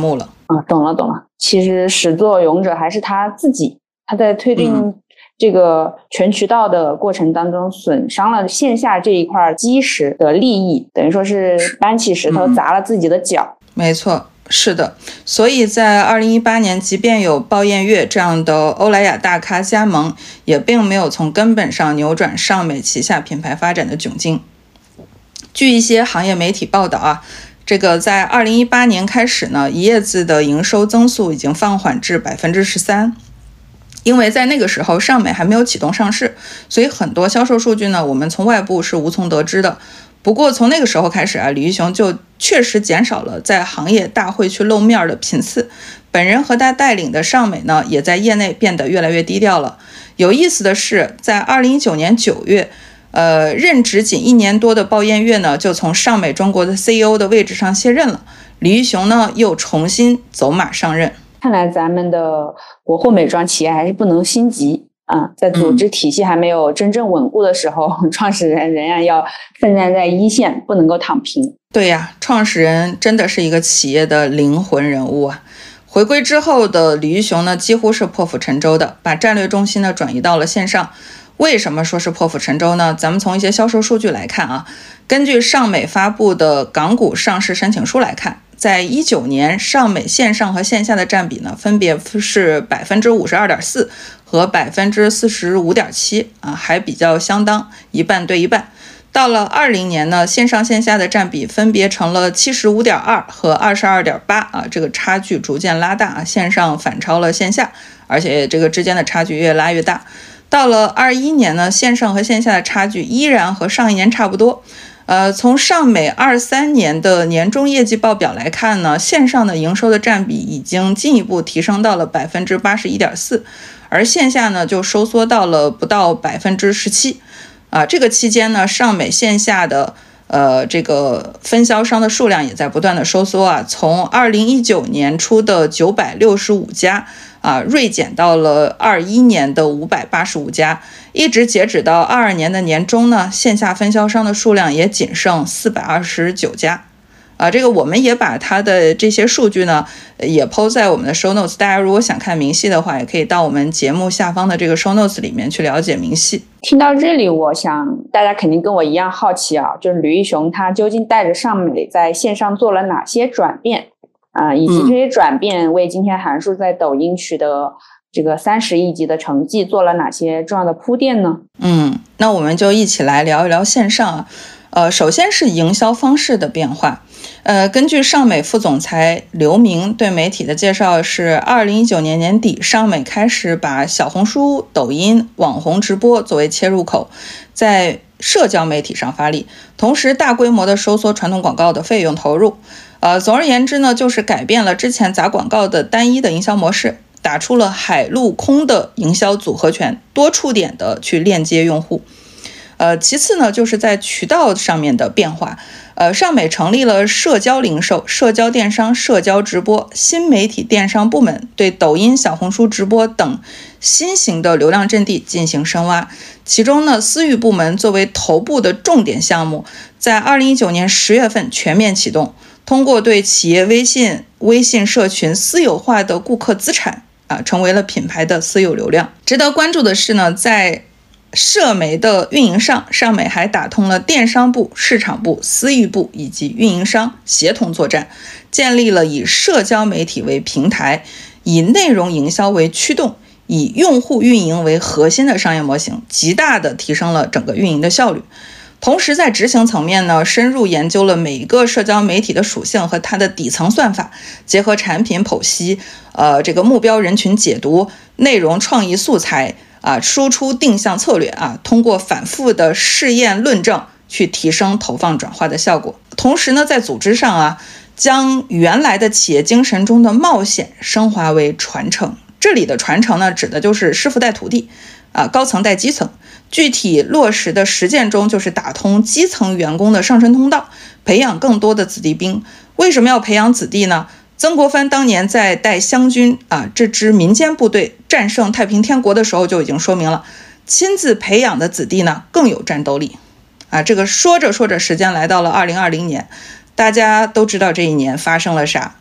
啊，懂了懂了。其实始作俑者还是他自己，他在推进这个全渠道的过程当中，损伤了线下这一块基石的利益，等于说是搬起石头砸了自己的脚。 嗯、没错。是的，所以在二零一八年，即便有鲍彦岳这样的欧莱雅大咖加盟，也并没有从根本上扭转尚美旗下品牌发展的窘境。据一些行业媒体报道啊，这个在二零一八年开始呢，一叶子的营收增速已经放缓至百分之十三。因为在那个时候尚美还没有启动上市，所以很多销售数据呢，我们从外部是无从得知的。不过从那个时候开始啊，李玉雄就确实减少了在行业大会去露面的频次，本人和他带领的尚美呢，也在业内变得越来越低调了。有意思的是，在二零一九年九月，呃，任职仅一年多的鲍彦岳呢，就从尚美中国的 C E O 的位置上卸任了。李玉雄呢，又重新走马上任。 看来咱们的国货美妆企业还是不能心急啊，在组织体系还没有真正稳固的时候，嗯、创始人仍然要奋战在一线，不能够躺平。 对呀，创始人真的是一个企业的灵魂人物啊。回归之后的李玉雄呢，几乎是破釜沉舟的，把战略重心呢转移到了线上。为什么说是破釜沉舟呢？咱们从一些销售数据来看啊，根据尚美发布的港股上市申请书来看，在一九年尚美线上和线下的占比呢，分别是百分之五十二点四和百分之四十五点七啊，还比较相当，一半对一半。到了二零年呢，线上线下的占比分别成了七十五点二和二十二点八啊，这个差距逐渐拉大啊，线上反超了线下，而且这个之间的差距越拉越大。到了二一年呢，线上和线下的差距依然和上一年差不多。呃，从尚美二三年的年终业绩报表来看呢，线上的营收的占比已经进一步提升到了百分之八十一点四，而线下呢就收缩到了不到百分之十七。啊，这个期间呢，尚美线下的呃这个分销商的数量也在不断的收缩啊，从二零一九年初的九百六十五家啊，锐减到了二一年的五百八十五家，一直截止到二二年的年中呢，线下分销商的数量也仅剩四百二十九家。啊，这个我们也把它的这些数据呢，也 po 在我们的 show notes。大家如果想看明细的话，也可以到我们节目下方的这个 show notes 里面去了解明细。 听到这里，我想大家肯定跟我一样好奇啊，就是吕玉雄他究竟带着尚美在线上做了哪些转变啊、呃，以及这些转变为今天韩束在抖音取得这个三十亿级的成绩做了哪些重要的铺垫呢？ 嗯，那我们就一起来聊一聊线上啊。呃，首先是营销方式的变化。呃，根据尚美副总裁刘明对媒体的介绍是，二零一九年年底，尚美开始把小红书、抖音、网红直播作为切入口，在社交媒体上发力，同时大规模的收缩传统广告的费用投入。呃，总而言之呢，就是改变了之前砸广告的单一的营销模式，打出了海陆空的营销组合拳，多触点的去链接用户。呃，其次呢，就是在渠道上面的变化。呃，尚美成立了社交零售、社交电商、社交直播、新媒体电商部门，对抖音、小红书直播等新型的流量阵地进行深挖。其中呢，私域部门作为头部的重点项目，在二零一九年十月份全面启动，通过对企业微信、微信社群私有化的顾客资产啊，成为了品牌的私有流量。值得关注的是呢，在社媒的运营上，尚美还打通了电商部、市场部、私域部以及运营商协同作战，建立了以社交媒体为平台，以内容营销为驱动，以用户运营为核心的商业模型，极大的提升了整个运营的效率。同时在执行层面呢，深入研究了每一个社交媒体的属性和它的底层算法，结合产品剖析、呃这个目标人群解读、内容创意素材啊，输出定向策略啊，通过反复的试验论证去提升投放转化的效果。同时呢，在组织上啊，将原来的企业精神中的冒险升华为传承。这里的传承呢，指的就是师傅带徒弟啊，高层带基层。具体落实的实践中，就是打通基层员工的上升通道，培养更多的子弟兵。为什么要培养子弟呢？曾国藩当年在带湘军啊这支民间部队战胜太平天国的时候就已经说明了，亲自培养的子弟呢更有战斗力啊。这个说着说着，时间来到了二零二零年，大家都知道这一年发生了啥。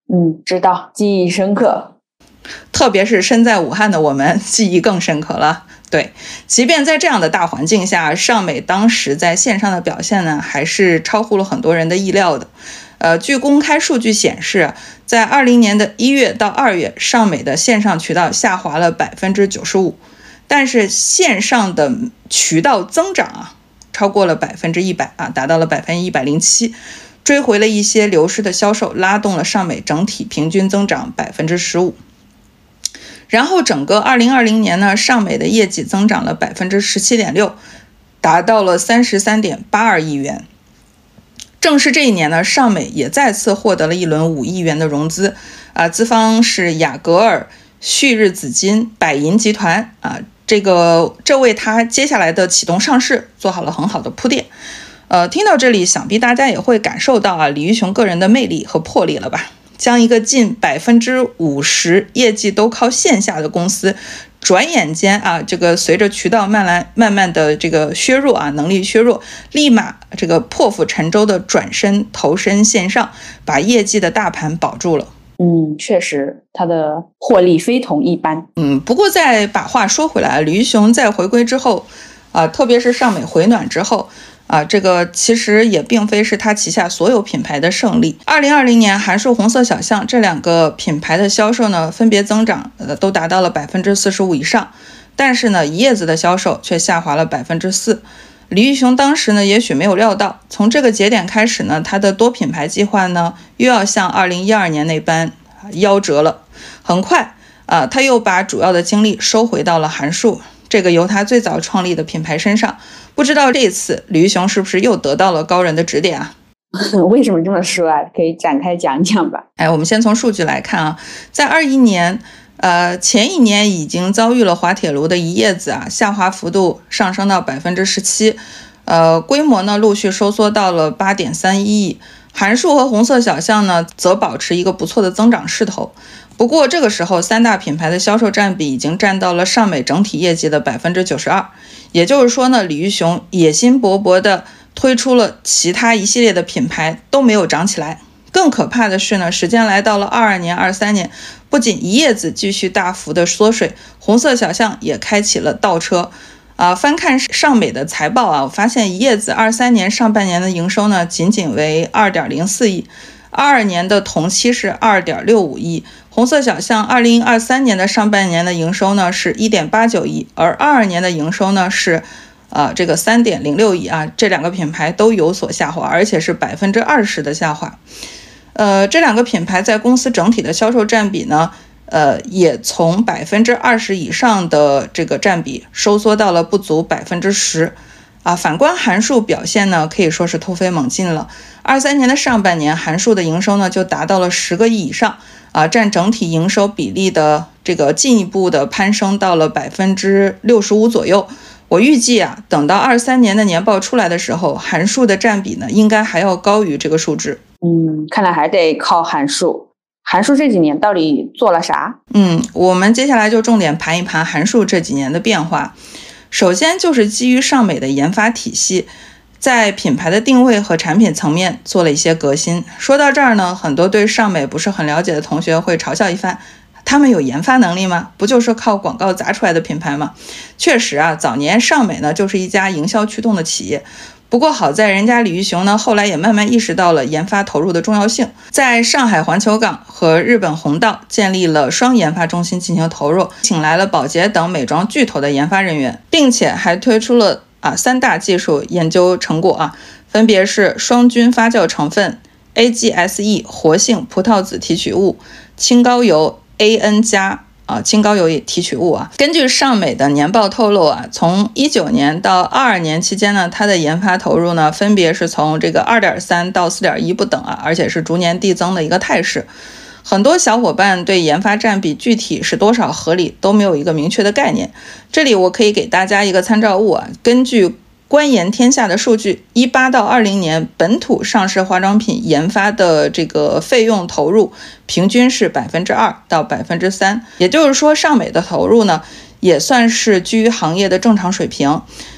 嗯，知道，记忆深刻。 特别是身在武汉的我们，记忆更深刻了。对，即便在这样的大环境下，尚美当时在线上的表现呢，还是超乎了很多人的意料的。呃，据公开数据显示，在二零年的一月到二月，尚美的线上渠道下滑了百分之九十五，但是线上的渠道增长啊，超过了百分之一百啊，达到了百分之一百零七，追回了一些流失的销售，拉动了尚美整体平均增长百分之十五。然后整个二零二零年呢，尚美的业绩增长了百分之十七点六，达到了三十三点八二亿元。正是这一年呢，尚美也再次获得了一轮五亿元的融资，啊，资方是雅戈尔、旭日紫金、百银集团啊，这个这为他接下来的启动上市做好了很好的铺垫。呃，听到这里，想必大家也会感受到啊，李玉雄个人的魅力和魄力了吧？将一个近百分之五十业绩都靠线下的公司，转眼间啊，这个随着渠道慢慢慢慢的这个削弱啊，能力削弱，立马这个破釜沉舟的转身投身线上，把业绩的大盘保住了。 嗯，确实，他的获利非同一般。 嗯，不过再把话说回来，李玉雄在回归之后啊，特别是尚美回暖之后。啊，这个其实也并非是他旗下所有品牌的胜利。二零二零年，韩束、红色小象这两个品牌的销售呢，分别增长呃都达到了百分之四十五以上，但是呢，一叶子的销售却下滑了百分之四。李玉雄当时呢，也许没有料到，从这个节点开始呢，他的多品牌计划呢，又要像二零一二年那般夭折了。很快啊，他又把主要的精力收回到了韩束这个由他最早创立的品牌身上。不知道这次李玉雄是不是又得到了高人的指点啊？ 为什么这么说啊？可以展开讲讲吧。 哎，我们先从数据来看啊，在二一年，呃，前一年已经遭遇了滑铁卢的一叶子啊，下滑幅度上升到百分之十七，呃，规模呢陆续收缩到了八点三一亿。韩束和红色小象呢，则保持一个不错的增长势头。不过这个时候，三大品牌的销售占比已经占到了尚美整体业绩的百分之九十二。也就是说呢，李玉雄野心勃勃地推出了其他一系列的品牌都没有涨起来。更可怕的是呢，时间来到了二二年、二三年，不仅一叶子继续大幅的缩水，红色小象也开启了倒车。啊，翻看尚美的财报啊，我发现一叶子二三年上半年的营收呢，仅仅为二点零四亿，二二年的同期是二点六五亿。红色小象二零二三年的上半年的营收呢是 一点八九亿，而二二年的营收呢是呃这个 三点零六亿啊，这两个品牌都有所下滑，而且是百分之二十的下滑。呃，这两个品牌在公司整体的销售占比呢，呃，也从百分之二十以上的这个占比收缩到了不足百分之十。啊，反观韩束表现呢，可以说是突飞猛进了。二三年的上半年，韩束的营收呢就达到了十个亿以上，啊，占整体营收比例的这个进一步的攀升到了百分之六十五左右。我预计啊，等到二三年的年报出来的时候，韩束的占比呢，应该还要高于这个数值。 嗯，看来还得靠韩束。韩束这几年到底做了啥？ 嗯，我们接下来就重点盘一盘韩束这几年的变化。首先就是基于尚美的研发体系，在品牌的定位和产品层面做了一些革新。说到这儿呢，很多对尚美不是很了解的同学会嘲笑一番，他们有研发能力吗？不就是靠广告砸出来的品牌吗？确实啊，早年尚美呢就是一家营销驱动的企业。不过好在人家李玉雄呢，后来也慢慢意识到了研发投入的重要性，在上海环球港和日本弘道建立了双研发中心进行投入，请来了宝洁等美妆巨头的研发人员，并且还推出了啊三大技术研究成果啊，分别是双菌发酵成分、A G S E 活性葡萄籽提取物、轻高油 A N 加。啊，轻高油提取物啊，根据尚美的年报透露啊，从一九年到二二年期间呢，它的研发投入呢，分别是从这个 二点三 到 四点一 不等啊，而且是逐年递增的一个态势。很多小伙伴对研发占比具体是多少合理都没有一个明确的概念。这里我可以给大家一个参照物啊，根据观研天下的数据，一八到二零年本土上市化妆品研发的这个费用投入平均是百分之二到百分之三，也就是说尚美的投入呢也算是居于行业的正常水平。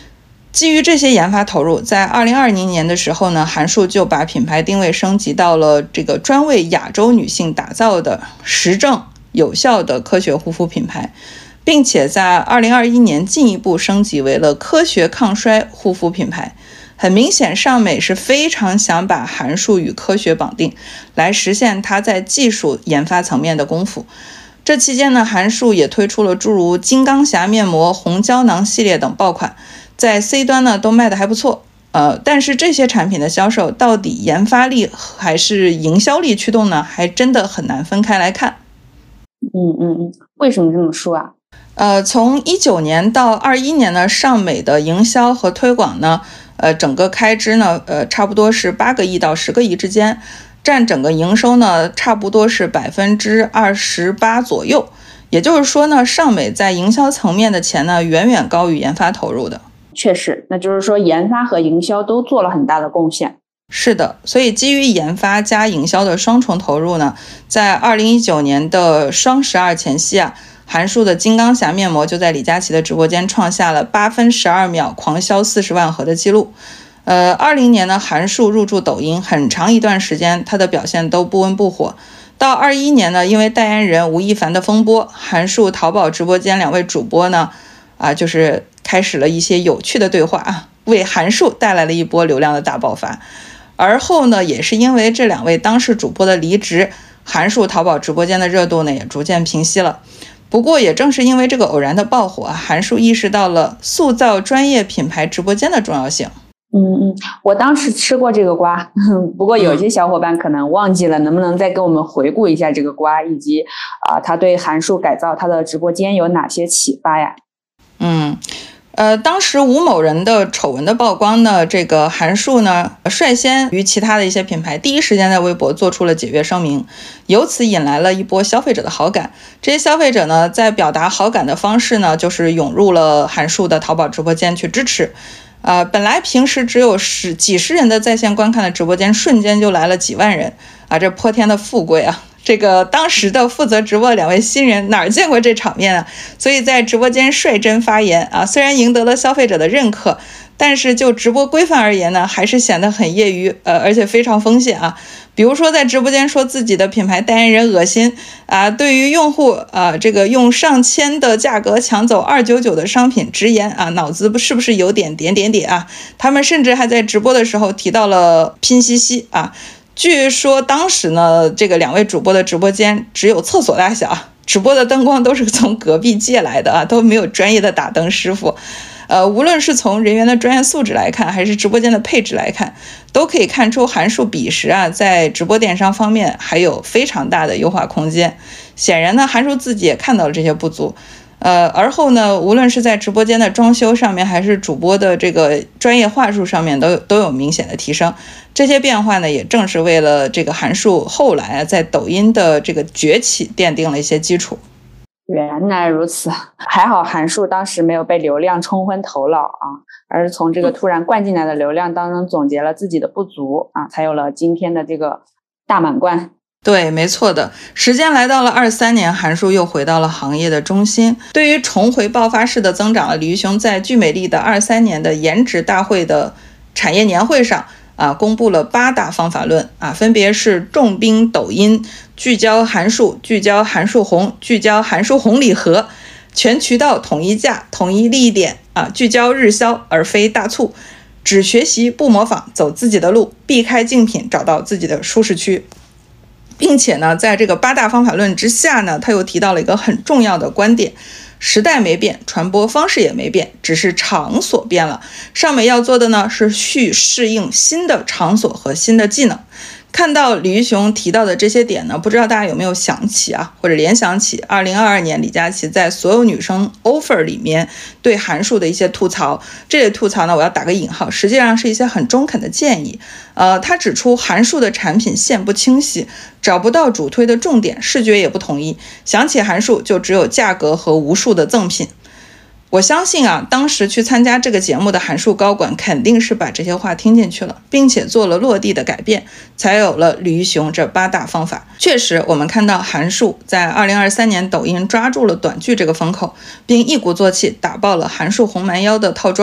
基于这些研发投入，在二零二零年的时候呢，韩束就把品牌定位升级到了这个专为亚洲女性打造的实证有效的科学护肤品牌，并且在二零二一年进一步升级为了科学抗衰护肤品牌。很明显，尚美是非常想把韩束与科学绑定，来实现它在技术研发层面的功夫。这期间呢，韩束也推出了诸如金刚侠面膜、红胶囊系列等爆款，在 C 端呢都卖得还不错。呃，但是这些产品的销售到底研发力还是营销力驱动呢？还真的很难分开来看。 嗯嗯嗯，为什么这么说啊？ 呃，从一九年到二一年呢，尚美的营销和推广呢，呃，整个开支呢，呃，差不多是八个亿到十个亿之间，占整个营收呢，差不多是百分之二十八左右。也就是说呢，尚美在营销层面的钱呢，远远高于研发投入的。 确实，那就是说研发和营销都做了很大的贡献。 是的，所以基于研发加营销的双重投入呢，在二零一九年的双十二前夕啊，韩束的金刚侠面膜就在李佳琦的直播间创下了八分十二秒狂销四十万盒的记录。呃，二零年呢，韩束入驻抖音，很长一段时间它的表现都不温不火。到二一年呢，因为代言人吴亦凡的风波，韩束淘宝直播间两位主播呢，啊，就是开始了一些有趣的对话啊，为韩束带来了一波流量的大爆发。而后呢，也是因为这两位当事主播的离职，韩束淘宝直播间的热度呢也逐渐平息了。不过也正是因为这个偶然的爆火，韩束意识到了塑造专业品牌直播间的重要性。 嗯嗯，我当时吃过这个瓜，不过有些小伙伴可能忘记了，能不能再给我们回顾一下这个瓜，以及啊、呃，他对韩束改造他的直播间有哪些启发呀？ 嗯。呃，当时吴某人的丑闻的曝光呢，这个韩束呢率先于其他的一些品牌第一时间在微博做出了解约声明，由此引来了一波消费者的好感。这些消费者呢，在表达好感的方式呢，就是涌入了韩束的淘宝直播间去支持。呃，本来平时只有十几十人的在线观看的直播间，瞬间就来了几万人啊！这泼天的富贵啊！这个当时的负责直播的两位新人哪儿见过这场面啊？所以在直播间率真发言啊，虽然赢得了消费者的认可，但是就直播规范而言呢，还是显得很业余，呃，而且非常风险啊。比如说在直播间说自己的品牌代言人恶心啊，对于用户啊，这个用上千的价格抢走二九九的商品直言啊，脑子是不是有点点点点啊？他们甚至还在直播的时候提到了拼夕夕啊。据说当时呢，这个两位主播的直播间只有厕所大小，直播的灯光都是从隔壁借来的啊，都没有专业的打灯师傅。呃，无论是从人员的专业素质来看，还是直播间的配置来看，都可以看出韩束彼时啊，在直播电商方面还有非常大的优化空间。显然呢，韩束自己也看到了这些不足。呃，而后呢，无论是在直播间的装修上面，还是主播的这个专业话术上面，都都有明显的提升。这些变化呢，也正是为了这个韩束后来在抖音的这个崛起奠定了一些基础。 原来如此，还好韩束当时没有被流量冲昏头脑啊，而是从这个突然灌进来的流量当中总结了自己的不足啊，才有了今天的这个大满贯。 对，没错的。时间来到了二三年，韩束又回到了行业的中心。对于重回爆发式的增长，李玉雄在聚美丽的二三年的颜值大会的产业年会上啊，公布了八大方法论啊，分别是重兵抖音、聚焦韩束、聚焦韩束红、聚焦韩束红礼盒、全渠道统一价、统一利益点啊，聚焦日销而非大促，只学习不模仿，走自己的路，避开竞品，找到自己的舒适区。并且呢，在这个八大方法论之下呢，他又提到了一个很重要的观点：时代没变，传播方式也没变，只是场所变了。尚美要做的呢，是去适应新的场所和新的技能。看到李玉雄提到的这些点呢，不知道大家有没有想起啊，或者联想起二零二二年李佳琦在所有女生 offer 里面对韩束的一些吐槽。这类吐槽呢，我要打个引号，实际上是一些很中肯的建议。呃，他指出韩束的产品线不清晰，找不到主推的重点，视觉也不统一，想起韩束就只有价格和无数的赠品。我相信啊，当时去参加这个节目的韩束高管肯定是把这些话听进去了，并且做了落地的改变，才有了李玉雄这八大方法。确实，我们看到韩束在二零二三年抖音抓住了短剧这个风口，并一鼓作气打爆了韩束红蛮腰的套装。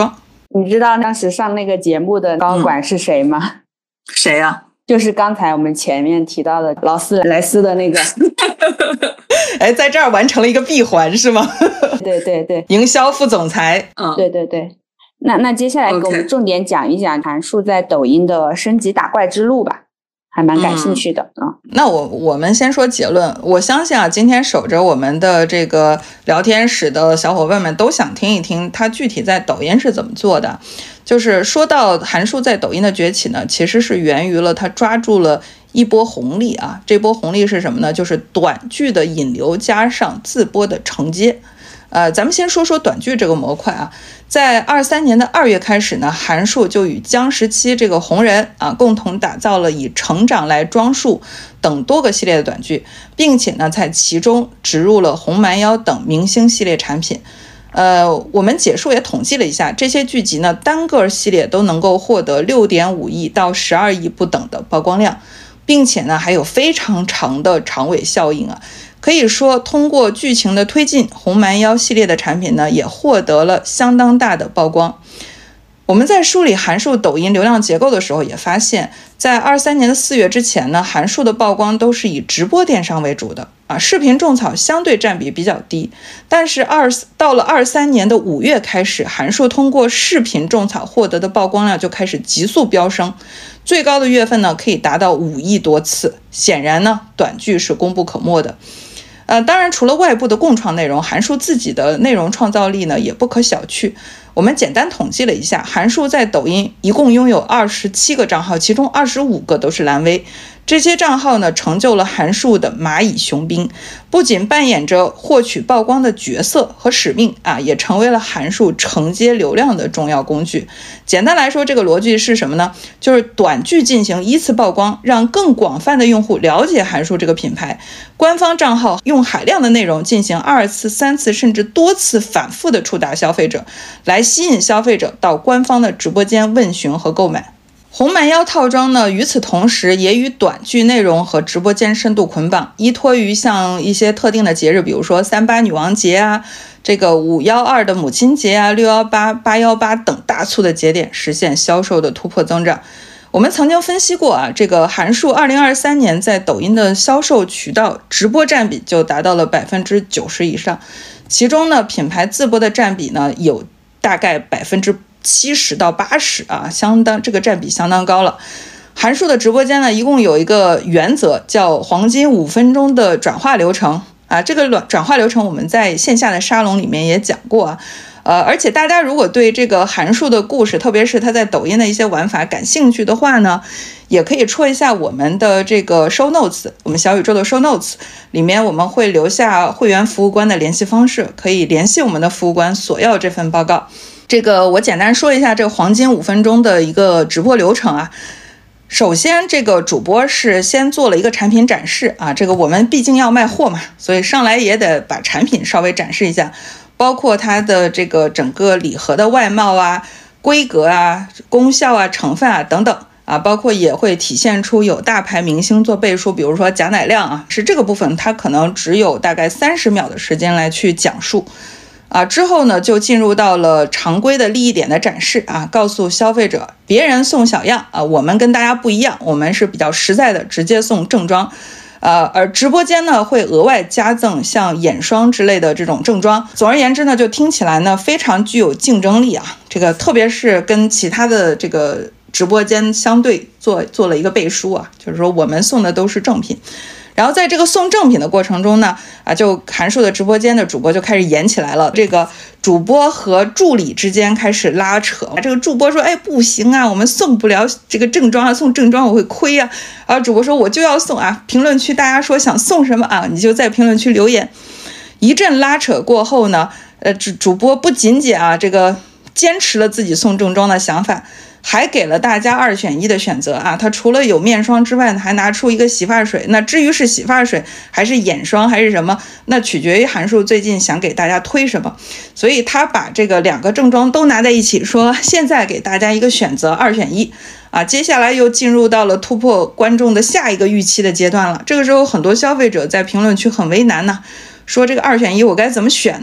你知道当时上那个节目的高管是谁吗？嗯、 谁呀、啊？ 就是刚才我们前面提到的劳斯莱斯的那个。 哎，在这儿完成了一个闭环是吗？ 对对对， 营销副总裁。 嗯，对对对。那那接下来给我们重点讲一讲韩束在抖音的升级打怪之路吧，还蛮感兴趣的啊、嗯。 那我我们先说结论，我相信啊，今天守着我们的这个聊天室的小伙伴们都想听一听他具体在抖音是怎么做的。就是说到韩束在抖音的崛起呢，其实是源于了他抓住了一波红利啊。这波红利是什么呢？就是短剧的引流加上自播的承接。呃，咱们先说说短剧这个模块啊，在二三年的二月开始呢，韩束就与姜时期这个红人啊共同打造了以成长来装束等多个系列的短剧，并且呢在其中植入了红蛮腰等明星系列产品。呃，我们解说也统计了一下，这些剧集呢单个系列都能够获得 六点五亿到十二亿不等的曝光量，并且呢还有非常长的长尾效应啊。可以说通过剧情的推进，红蛮腰系列的产品呢也获得了相当大的曝光。我们在梳理韩束抖音流量结构的时候也发现，在二三年的四月之前呢，韩束的曝光都是以直播电商为主的啊，视频种草相对占比比较低。但是二到了二三年的五月开始，韩束通过视频种草获得的曝光量就开始急速飙升，最高的月份呢可以达到五亿多次。显然呢，短剧是功不可没的。呃，当然除了外部的共创内容，韩束自己的内容创造力呢也不可小觑。我们简单统计了一下，韩束在抖音一共拥有二十七个账号，其中二十五个都是蓝 V。这些账号呢，成就了韩束的蚂蚁雄兵，不仅扮演着获取曝光的角色和使命啊，也成为了韩束承接流量的重要工具。简单来说，这个逻辑是什么呢？就是短剧进行依次曝光，让更广泛的用户了解韩束这个品牌。官方账号用海量的内容进行二次、三次甚至多次反复的触达消费者，来吸引消费者到官方的直播间问询和购买。红蛮腰套装呢，与此同时也与短剧内容和直播间深度捆绑，依托于像一些特定的节日，比如说三八女王节啊，这个五一二的母亲节啊，六一八、八一八等大促的节点，实现销售的突破增长。我们曾经分析过啊，这个韩束二零二三年在抖音的销售渠道直播占比就达到了百分之九十以上，其中呢，品牌自播的占比呢有大概百分之七十到八十啊，相当这个占比相当高了。韩束的直播间呢，一共有一个原则，叫黄金五分钟的转化流程啊。这个转化流程我们在线下的沙龙里面也讲过啊。呃，而且大家如果对这个韩束的故事，特别是他在抖音的一些玩法感兴趣的话呢，也可以戳一下我们的这个 show notes， 我们小宇宙的 show notes 里面我们会留下会员服务官的联系方式，可以联系我们的服务官索要这份报告。这个我简单说一下这个黄金五分钟的一个直播流程啊。首先，这个主播是先做了一个产品展示啊，这个我们毕竟要卖货嘛，所以上来也得把产品稍微展示一下，包括它的这个整个礼盒的外貌啊、规格啊、功效啊、成分啊等等啊，包括也会体现出有大牌明星做背书，比如说贾乃亮啊，是这个部分它可能只有大概三十秒的时间来去讲述。啊，之后呢，就进入到了常规的利益点的展示啊，告诉消费者，别人送小样啊，我们跟大家不一样，我们是比较实在的，直接送正装。呃，而直播间呢会额外加赠像眼霜之类的这种正装。总而言之呢，就听起来呢非常具有竞争力啊，这个特别是跟其他的这个直播间相对做做了一个背书啊，就是说我们送的都是正品。然后在这个送正品的过程中呢，啊，就韩束的直播间的主播就开始演起来了。这个主播和助理之间开始拉扯，这个主播说：“哎，不行啊，我们送不了这个正装啊，送正装我会亏啊。”然后主播说：“我就要送啊！”评论区大家说想送什么啊，你就在评论区留言。一阵拉扯过后呢，呃，主主播不仅仅啊这个坚持了自己送正装的想法，还给了大家二选一的选择啊！他除了有面霜之外呢，还拿出一个洗发水。那至于是洗发水还是眼霜还是什么，那取决于韩束最近想给大家推什么。所以他把这个两个正装都拿在一起，说现在给大家一个选择，二选一啊！接下来又进入到了突破观众的下一个预期的阶段了。这个时候很多消费者在评论区很为难呢，说这个二选一我该怎么选呢？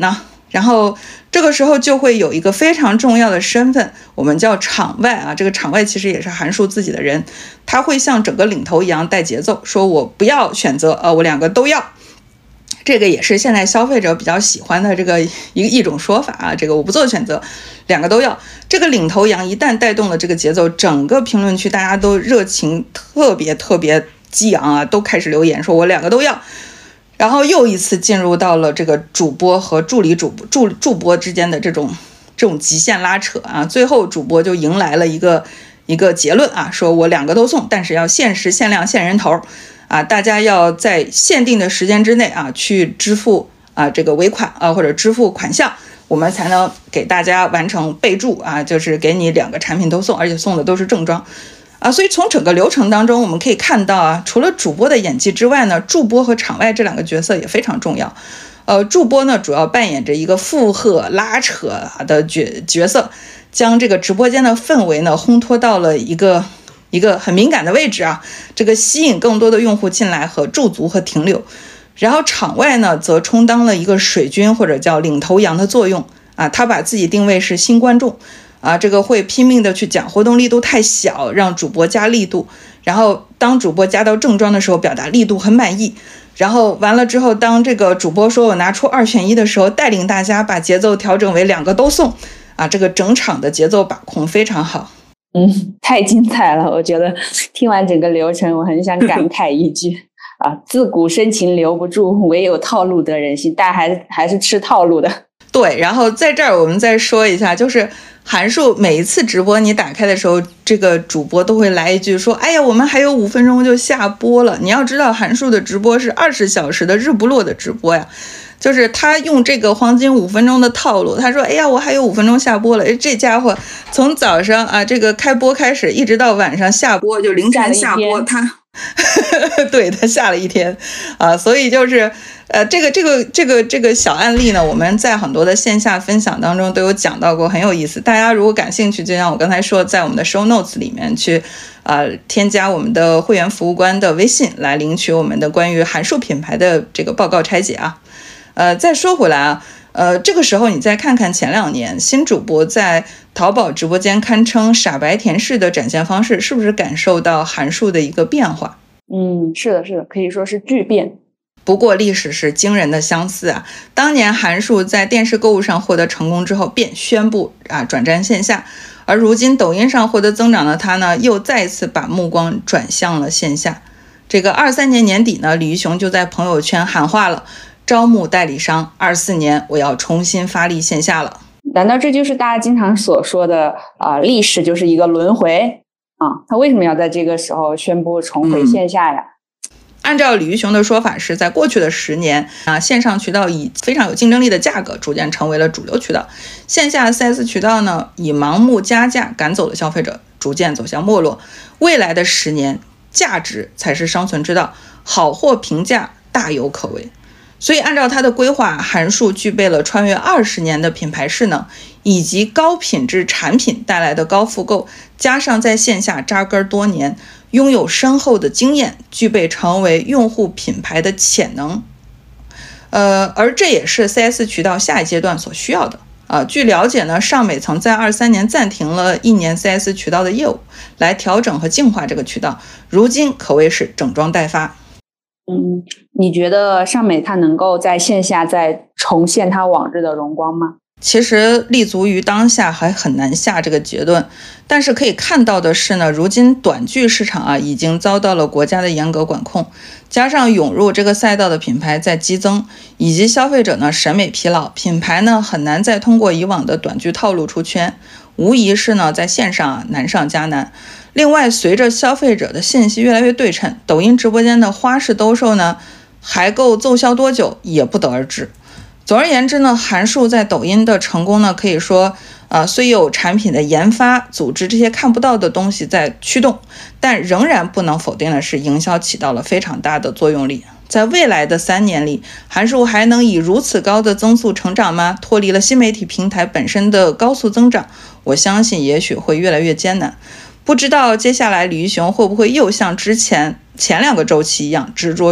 然后这个时候就会有一个非常重要的身份，我们叫场外啊，这个场外其实也是韩束自己的人，他会像整个领头一样带节奏，说我不要选择，呃，我两个都要。这个也是现在消费者比较喜欢的这个一一种说法啊，这个我不做选择，两个都要。这个领头羊一旦带动了这个节奏，整个评论区大家都热情特别特别激昂啊，都开始留言说我两个都要。然后又一次进入到了这个主播和助理主播助助播之间的这种这种极限拉扯啊，最后主播就迎来了一个一个结论啊，说我两个都送，但是要限时限量限人头啊，大家要在限定的时间之内啊去支付啊这个尾款啊或者支付款项，我们才能给大家完成备注啊，就是给你两个产品都送，而且送的都是正装。啊，所以从整个流程当中，我们可以看到啊，除了主播的演技之外呢，助播和场外这两个角色也非常重要。呃，助播呢主要扮演着一个附和拉扯的角角色，将这个直播间的氛围呢烘托到了一个一个很敏感的位置啊，这个吸引更多的用户进来和驻足和停留。然后场外呢则充当了一个水军或者叫领头羊的作用啊，他把自己定位是新观众。啊，这个会拼命的去讲活动力度太小，让主播加力度，然后当主播加到正装的时候表达力度很满意，然后完了之后当这个主播说我拿出二选一的时候，带领大家把节奏调整为两个都送啊，这个整场的节奏把控非常好。 嗯，太精彩了，我觉得听完整个流程我很想感慨一句啊，自古深情留不住，唯有套路得人心，大家还是还是吃套路的。 对，然后在这儿我们再说一下，就是韩束每一次直播你打开的时候，这个主播都会来一句说，哎呀我们还有五分钟就下播了。你要知道韩束的直播是二十小时的日不落的直播呀，就是他用这个黄金五分钟的套路，他说哎呀我还有五分钟下播了，哎这家伙从早上啊这个开播开始一直到晚上下播，就凌晨下播，他对他下了一天啊，所以就是呃，这个这个这个这个小案例呢，我们在很多的线下分享当中都有讲到过，很有意思。大家如果感兴趣，就像我刚才说，在我们的 show notes 里面去呃添加我们的会员服务官的微信，来领取我们的关于韩束品牌的这个报告拆解啊。呃，再说回来啊，呃，这个时候你再看看前两年新主播在淘宝直播间堪称傻白甜式的展现方式，是不是感受到韩束的一个变化？ 嗯，是的，是的，可以说是巨变。 不过历史是惊人的相似啊！当年韩束在电视购物上获得成功之后，便宣布啊转战线下，而如今抖音上获得增长的他呢，又再一次把目光转向了线下。这个二三年年底呢，李玉雄就在朋友圈喊话了，招募代理商，二四年我要重新发力线下了。 难道这就是大家经常所说的啊、呃，历史就是一个轮回啊？他为什么要在这个时候宣布重回线下呀？嗯按照李玉雄的说法是，在过去的十年啊，线上渠道以非常有竞争力的价格逐渐成为了主流渠道，线下 四 S 渠道呢以盲目加价赶走了消费者，逐渐走向没落。未来的十年，价值才是生存之道，好货平价大有可为。所以按照他的规划，韩束具备了穿越二十年的品牌势能，以及高品质产品带来的高复购，加上在线下扎根多年，拥有深厚的经验，具备成为用户品牌的潜能。呃，而这也是 四 S 渠道下一阶段所需要的。啊、呃，据了解呢，尚美曾在二三年暂停了一年 四 S 渠道的业务，来调整和净化这个渠道，如今可谓是整装待发。 嗯，你觉得尚美它能够在线下再重现它往日的荣光吗？ 其实立足于当下还很难下这个结论，但是可以看到的是呢，如今短剧市场啊已经遭到了国家的严格管控，加上涌入这个赛道的品牌在激增，以及消费者呢审美疲劳，品牌呢很难再通过以往的短剧套路出圈，无疑是呢在线上啊难上加难。另外，随着消费者的信息越来越对称，抖音直播间的花式兜售呢还够奏效多久也不得而知。总而言之呢，韩束在抖音的成功呢，可以说，呃，虽有产品的研发、组织这些看不到的东西在驱动，但仍然不能否定的是，营销起到了非常大的作用力。在未来的三年里，韩束还能以如此高的增速成长吗？脱离了新媒体平台本身的高速增长，我相信也许会越来越艰难。不知道接下来李玉雄会不会又像之前前两个周期一样，执着于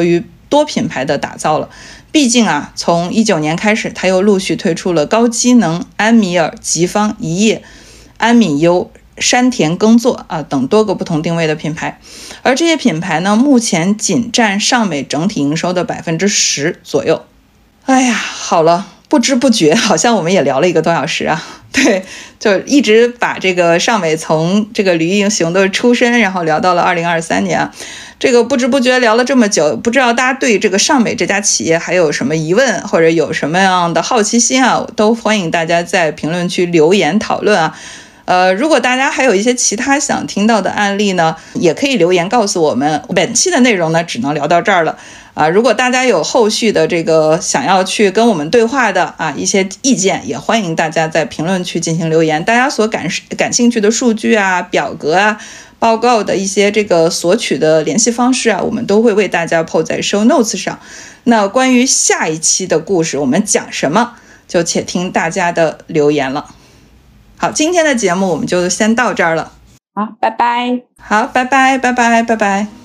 多品牌的打造了。毕竟啊，从一九年开始，它又陆续推出了高机能、安米尔、吉方、一叶、安米优、山田耕作啊等多个不同定位的品牌。而这些品牌呢，目前仅占尚美整体营收的百分之十左右。哎呀，好了，不知不觉好像我们也聊了一个多小时啊。对，就一直把这个尚美从这个旅行熊的出身，然后聊到了二零二三年啊。这个不知不觉聊了这么久，不知道大家对这个尚美这家企业还有什么疑问，或者有什么样的好奇心啊，都欢迎大家在评论区留言讨论啊。呃，如果大家还有一些其他想听到的案例呢，也可以留言告诉我们。本期的内容呢，只能聊到这儿了啊。如果大家有后续的这个想要去跟我们对话的啊一些意见，也欢迎大家在评论区进行留言。大家所感感兴趣的数据啊、表格啊、报告的一些这个索取的联系方式啊，我们都会为大家 po 在 show notes 上。那关于下一期的故事我们讲什么，就且听大家的留言了。好，今天的节目我们就先到这儿了。 好，拜拜。 好，拜拜，拜拜，拜拜。